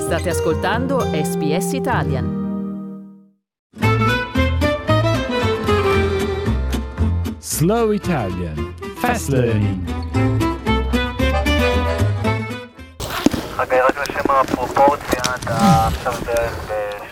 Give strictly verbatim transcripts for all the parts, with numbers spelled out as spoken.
State ascoltando S B S Italian. Slow Italian. Fast Learning. חגי, רק לשם הפרופורציה, אתה עכשיו בערך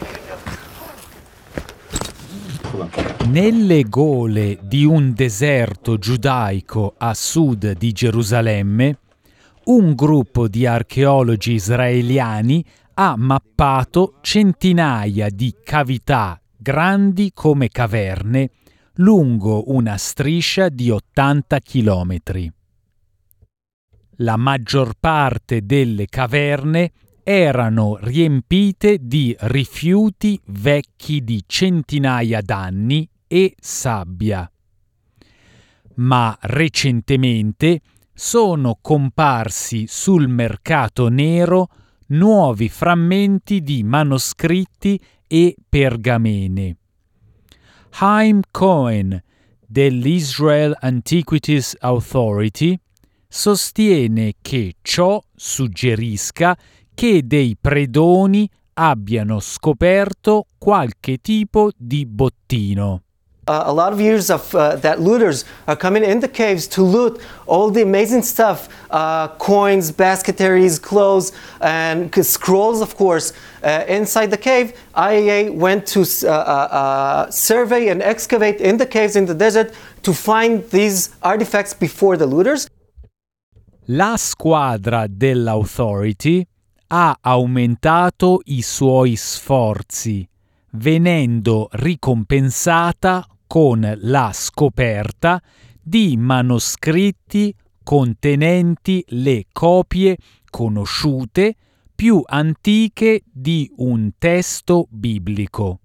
Nelle gole di un deserto giudaico a sud di Gerusalemme, un gruppo di archeologi israeliani ha mappato centinaia di cavità grandi come caverne lungo una striscia di ottanta chilometri. La maggior parte delle caverne erano riempite di rifiuti vecchi di centinaia d'anni e sabbia. Ma recentemente sono comparsi sul mercato nero nuovi frammenti di manoscritti e pergamene. Chaim Cohen dell'Israel Antiquities Authority sostiene che ciò suggerisca che dei predoni abbiano scoperto qualche tipo di bottino. Uh, a lot of years of uh, that looters are coming in the caves to loot all the amazing stuff, uh, coins, basketaries, clothes, and scrolls, of course. Uh, inside the cave, I A E A went to uh, uh, survey and excavate in the caves in the desert to find these artifacts before the looters. La squadra dell'Authority ha aumentato i suoi sforzi, venendo ricompensata con la scoperta di manoscritti contenenti le copie conosciute più antiche di un testo biblico.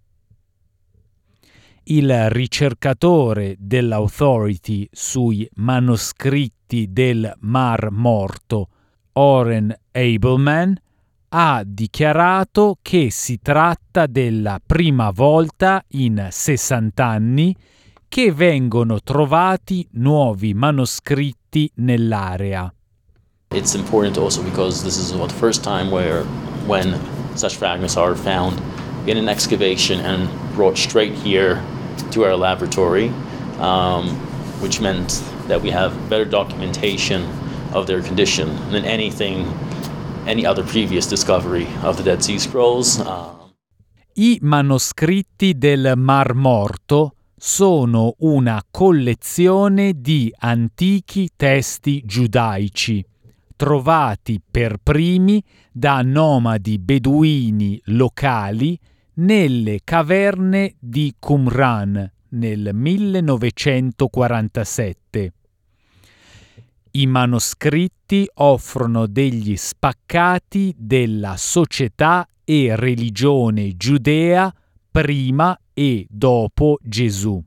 Il ricercatore dell'Authority sui manoscritti del Mar Morto, Oren Abelman, ha dichiarato che si tratta della prima volta in sessanta anni che vengono trovati nuovi manoscritti nell'area. It's important also because this is the first time where when such fragments are found in an excavation and brought straight here to our laboratory, um, which meant that we have better documentation of their condition than anything any other previous discovery of the Dead Sea Scrolls. Uh... I manoscritti del Mar Morto sono una collezione di antichi testi giudaici, trovati per primi da nomadi beduini locali nelle caverne di Qumran nel millenovecentoquarantasette. I manoscritti offrono degli spaccati della società e religione giudea prima e dopo Gesù.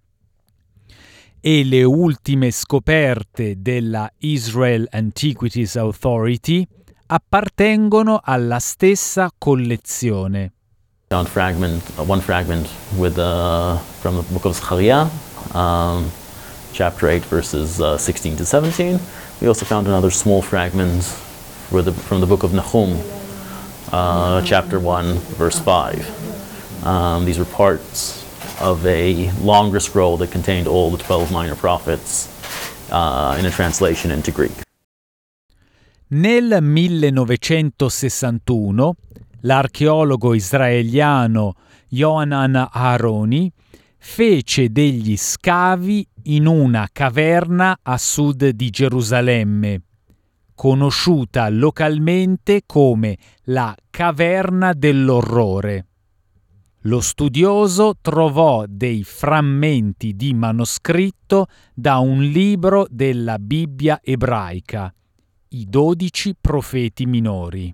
E le ultime scoperte della Israel Antiquities Authority appartengono alla stessa collezione. Found fragment, uh, one fragment with uh, from the book of Zechariah. Um, chapter eight, verses uh, sixteen to seventeen. We also found another small fragment for the, from the book of Nahum, uh, chapter one, verse five. Um, these were parts of a longer scroll that contained all the twelve minor prophets uh, in a translation into Greek. Nel millenovecentosessantuno, l'archeologo israeliano Yohanan Aharoni fece degli scavi in una caverna a sud di Gerusalemme, conosciuta localmente come la Caverna dell'Orrore. Lo studioso trovò dei frammenti di manoscritto da un libro della Bibbia ebraica, i dodici profeti minori.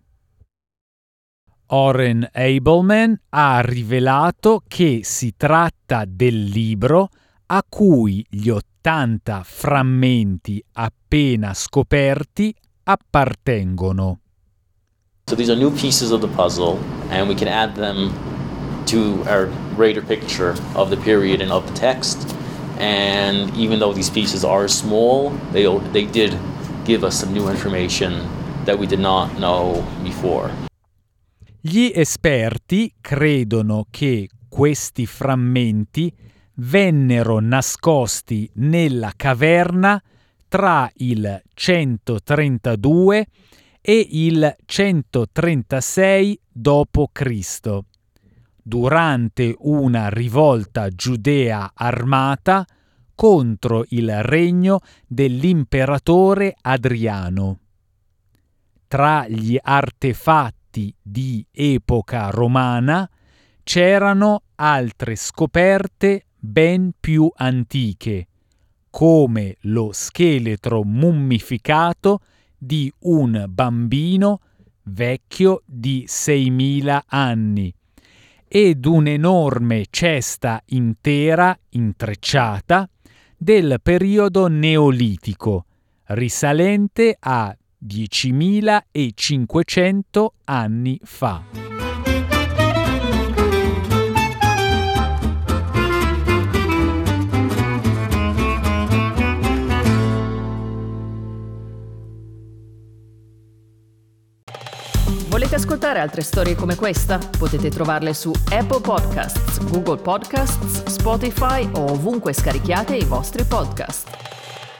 Oren Abelman ha rivelato che si tratta del libro a cui gli ottanta frammenti appena scoperti appartengono. So these are new pieces of the puzzle, and we can add them to our greater picture of the period and of the text. And even though these pieces are small, they they did give us some new information that we did not know before. Gli esperti credono che questi frammenti vennero nascosti nella caverna tra il centotrentadue e il centotrentasei dopo Cristo, durante una rivolta giudea armata contro il regno dell'imperatore Adriano. Tra gli artefatti di epoca romana c'erano altre scoperte ben più antiche, come lo scheletro mummificato di un bambino vecchio di seimila anni ed un'enorme cesta intera intrecciata del periodo neolitico, risalente a diecimilacinquecento anni fa. Volete ascoltare altre storie come questa? Potete trovarle su Apple Podcasts, Google Podcasts, Spotify o ovunque scarichiate i vostri podcast.